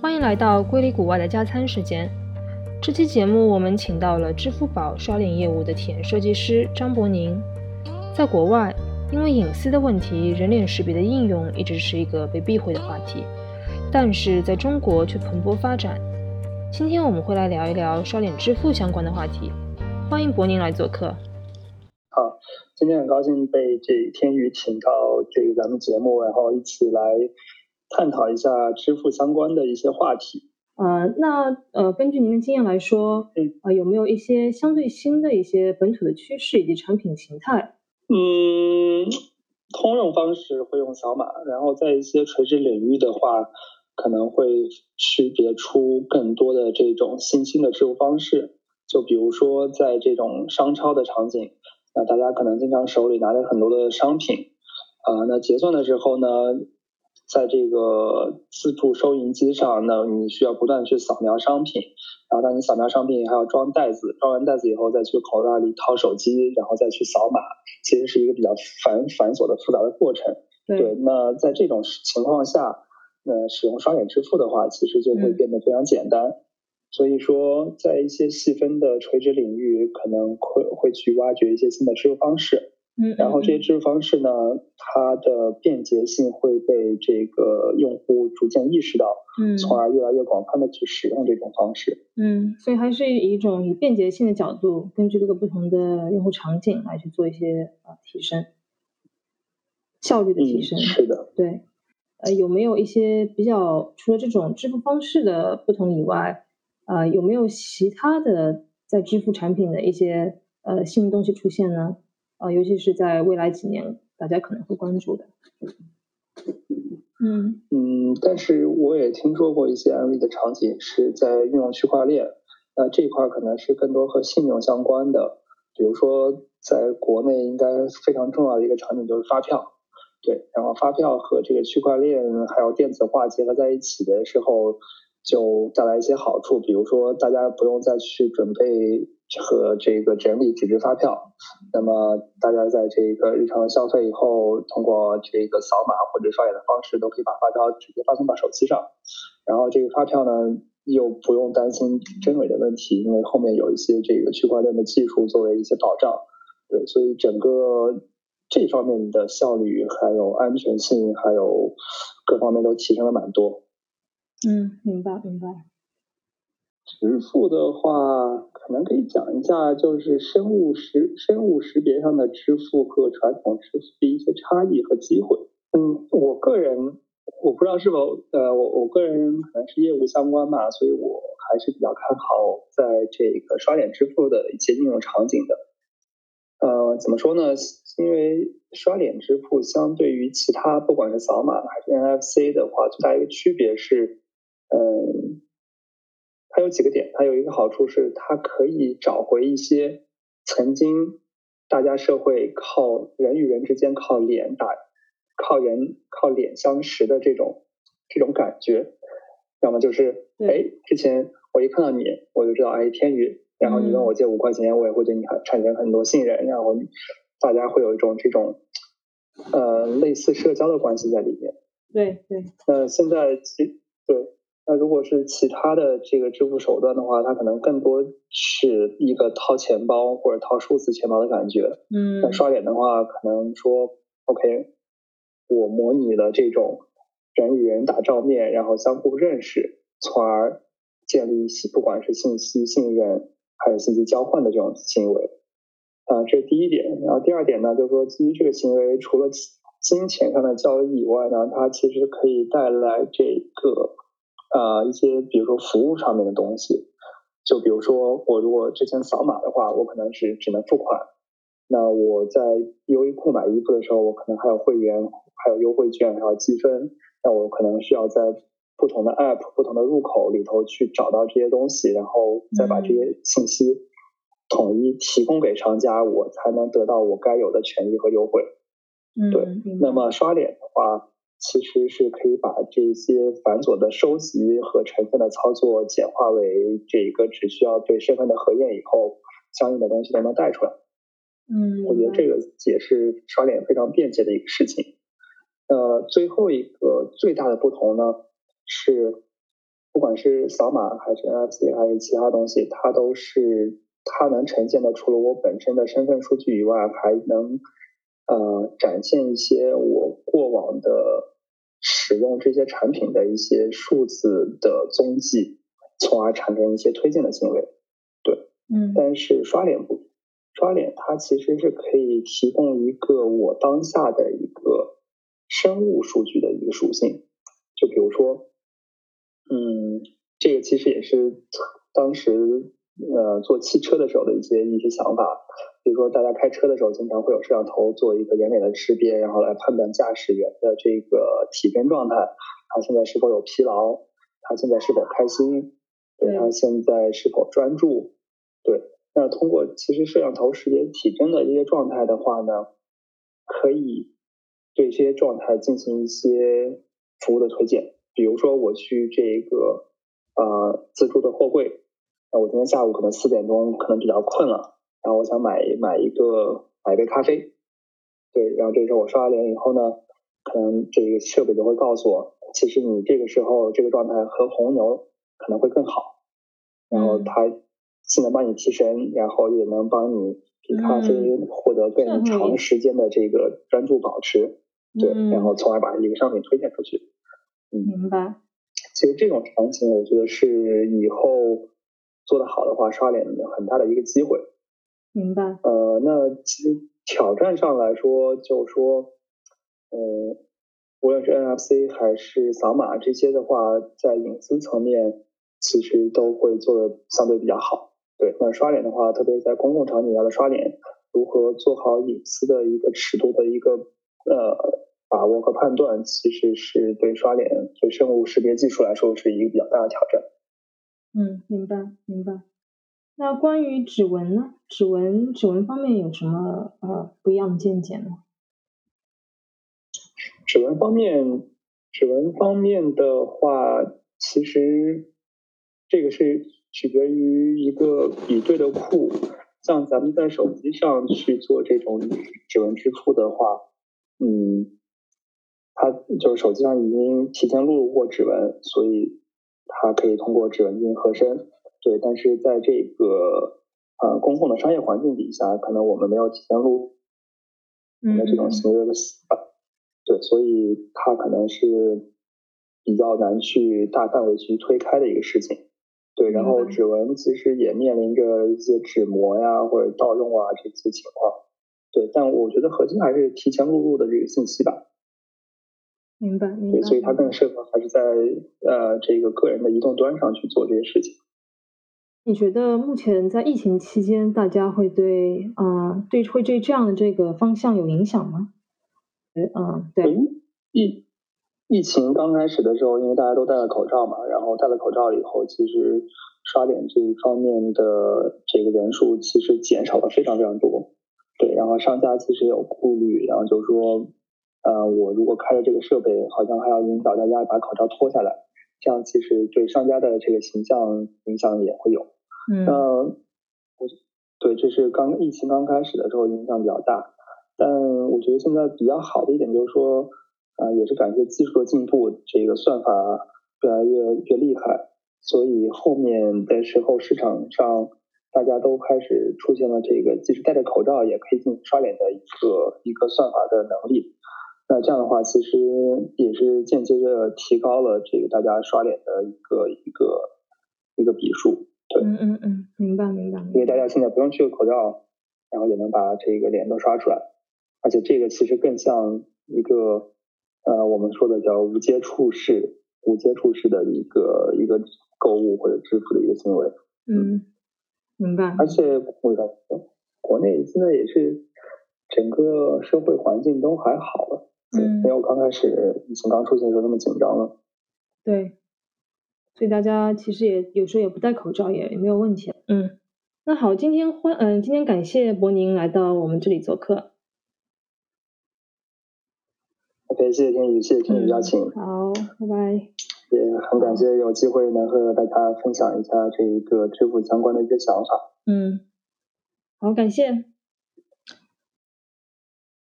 欢迎来到硅里谷外的加餐时间。这期节目我们请到了支付宝刷脸业务的体验设计师张伯宁。在国外，因为隐私的问题，人脸识别的应用一直是一个被避讳的话题，但是在中国却蓬勃发展。今天我们会来聊一聊刷脸支付相关的话题，欢迎伯宁来做客。 好，今天很高兴被天宇请到咱们节目，然后一起来探讨一下支付相关的一些话题。 根据您的经验来说，有没有一些相对新的一些本土的趋势以及产品形态？ 通用方式会用扫码，然后在一些垂直领域的话，可能会区别出更多的这种新兴的支付方式。就比如说在这种商超的场景，那大家可能经常手里拿着很多的商品，那结算的时候呢，在这个自助收银机上呢，你需要不断去扫描商品，然后当你扫描商品还要装袋子，装完袋子以后再去口袋里掏手机，然后再去扫码，其实是一个比较繁琐的复杂的过程。对，那在这种情况下，使用刷脸支付的话，其实就会变得非常简单。所以说，在一些细分的垂直领域，可能会去挖掘一些新的支付方式。然后这些支付方式呢，它的便捷性会被这个用户逐渐意识到，从而越来越广泛的去使用这种方式。 所以还是以便捷性的角度，根据这个不同的用户场景来去做一些提升，效率的提升。 是的， 对。有没有一些比较除了这种支付方式的不同以外，有没有其他的在支付产品的一些新的东西出现呢？尤其是在未来几年大家可能会关注的。 但是我也听说过一些案例的场景是在运用区块链，这一块可能是更多和信用相关的，比如说在国内应该非常重要的一个场景就是发票。对，然后发票和这个区块链还有电子化结合在一起的时候，就带来一些好处，比如说大家不用再去准备和这个整理纸质发票，那么大家在这个日常消费以后，通过这个扫码或者刷脸的方式，都可以把发票直接发送到手机上，然后这个发票呢又不用担心真伪的问题，因为后面有一些这个区块链的技术作为一些保障。对，所以整个这方面的效率还有安全性还有各方面都提升了蛮多。 明白。 支付的话可能可以讲一下就是生物识别上的支付和传统支付的一些差异和机会。我个人我不知道是否我个人可能是业务相关吧，所以我还是比较看好在这个刷脸支付的一些应用场景的。怎么说呢？因为刷脸支付相对于其他不管是扫码还是 NFC 的话，最大一个区别是，它有几个点。它有一个好处是，它可以找回一些曾经大家社会靠人与人之间靠脸相识的这种感觉。要么就是之前我一看到你，我就知道天宇。然后你问我借5块钱，我也会对你产生很多信任，然后大家会有一种这种类似社交的关系在里面。 对。 现在那如果是其他的这个支付手段的话，它可能更多是一个掏钱包或者掏数字钱包的感觉。那刷脸的话，可能说 OK， 我模拟了这种人与人打照面，然后相互认识，从而建立不管是信息信任还有信息交换的这种行为。这是第一点。然后第二点呢，就是说基于这个行为，除了金钱上的交易以外呢，它其实可以带来这个一些比如说服务上面的东西。就比如说我如果之前扫码的话，我可能是只能付款，那我在优衣库买衣服的时候，我可能还有会员还有优惠券还有积分，那我可能需要在不同的 app 不同的入口里头去找到这些东西，然后再把这些信息统一提供给商家，我才能得到我该有的权益和优惠。对，那么刷脸的话其实是可以把这些繁琐的收集和成分的操作简化为这个只需要对身份的核验以后，相应的东西都能带出来。我觉得这个也是刷脸非常便捷的一个事情。最后一个最大的不同呢是， 不管是扫码还是 NFC 还是其他东西，它能呈现的除了我本身的身份数据以外，还能展现一些我过往的使用这些产品的一些数字的踪迹，从而产生一些推荐的行为。对，但是刷脸不，刷脸它其实是可以提供一个我当下的一个生物数据的一个属性，就比如说，这个其实也是当时做汽车的时候的一些想法。比如说大家开车的时候经常会有摄像头做一个人脸的识别，然后来判断驾驶员的这个体征状态，他现在是否有疲劳，他现在是否开心，对，他现在是否专注。对，那通过其实摄像头识别体征的这些状态的话呢，可以对这些状态进行一些服务的推荐。比如说我去这个自助的货柜，那我今天下午可能4点钟可能比较困了，然后我想买一杯咖啡，对，然后这个时候我刷完脸以后呢，可能这个设备就会告诉我，其实你这个时候这个状态喝红牛可能会更好，然后它既能帮你提神，然后也能帮你比咖啡获得更长时间的这个专注保持，对，然后从而把一个商品推荐出去。 明白。 其实这种场景，我觉得是以后做得好的话，刷脸很大的一个机会。 明白。 那其实挑战上来说，就是说，无论是 NFC 还是扫码这些的话，在隐私层面其实都会做的相对比较好。对，那刷脸的话，特别是在公共场景下的刷脸，如何做好隐私的一个尺度的一个把握和判断，其实是对刷脸对生物识别技术来说是一个比较大的挑战。 明白。那关于指纹呢？指纹方面有什么不一样的见解呢？ 指纹方面的话，其实这个是取决于一个比对的库。像咱们在手机上去做这种指纹支付的话，它就是手机上已经提前录入过指纹，所以它可以通过指纹进行核身。对，但是在这个公共的商业环境底下，可能我们没有提前录入的这种行为的习惯。对，所以它可能是比较难去大范围去推开的一个事情。对，然后指纹其实也面临着一些指模呀或者盗用啊这些情况。对，但我觉得核心还是提前录入的这个信息吧。 明白。 对，所以它更适合还是在这个个人的移动端上去做这些事情。 你觉得目前在疫情期间，大家会对这样的这个方向有影响吗？对。 疫情刚开始的时候，因为大家都戴了口罩嘛，然后戴了口罩以后，其实刷脸这一方面的这个人数其实减少了非常非常多。对，然后商家其实有顾虑，然后就说，我如果开了这个设备，好像还要引导大家把口罩脱下来，这样其实对商家的这个形象影响也会有。对，这是疫情刚开始的时候影响比较大，但我觉得现在比较好的一点就是说，也是感谢技术的进步，这个算法越来越厉害，所以后面的时候市场上大家都开始出现了这个即使戴着口罩也可以进行刷脸的一个算法的能力。那这样的话，其实也是间接着提高了这个大家刷脸的一个笔数。对， 明白。 因为大家现在不用去口罩，然后也能把这个脸都刷出来，而且这个其实更像一个我们说的叫无接触式的一个购物或者支付的一个行为。 明白。 而且国内现在也是整个社会环境都还好了，没有刚开始疫情刚出现的时候那么紧张了。 对。所以大家其实也有时候也不戴口罩也没有问题。那好，今天感谢博宁来到我们这里做客。 OK， 谢谢天宇邀请。 好，拜拜。 也很感谢有机会能和大家分享一下这一个支付相关的一些想法。 好，感谢。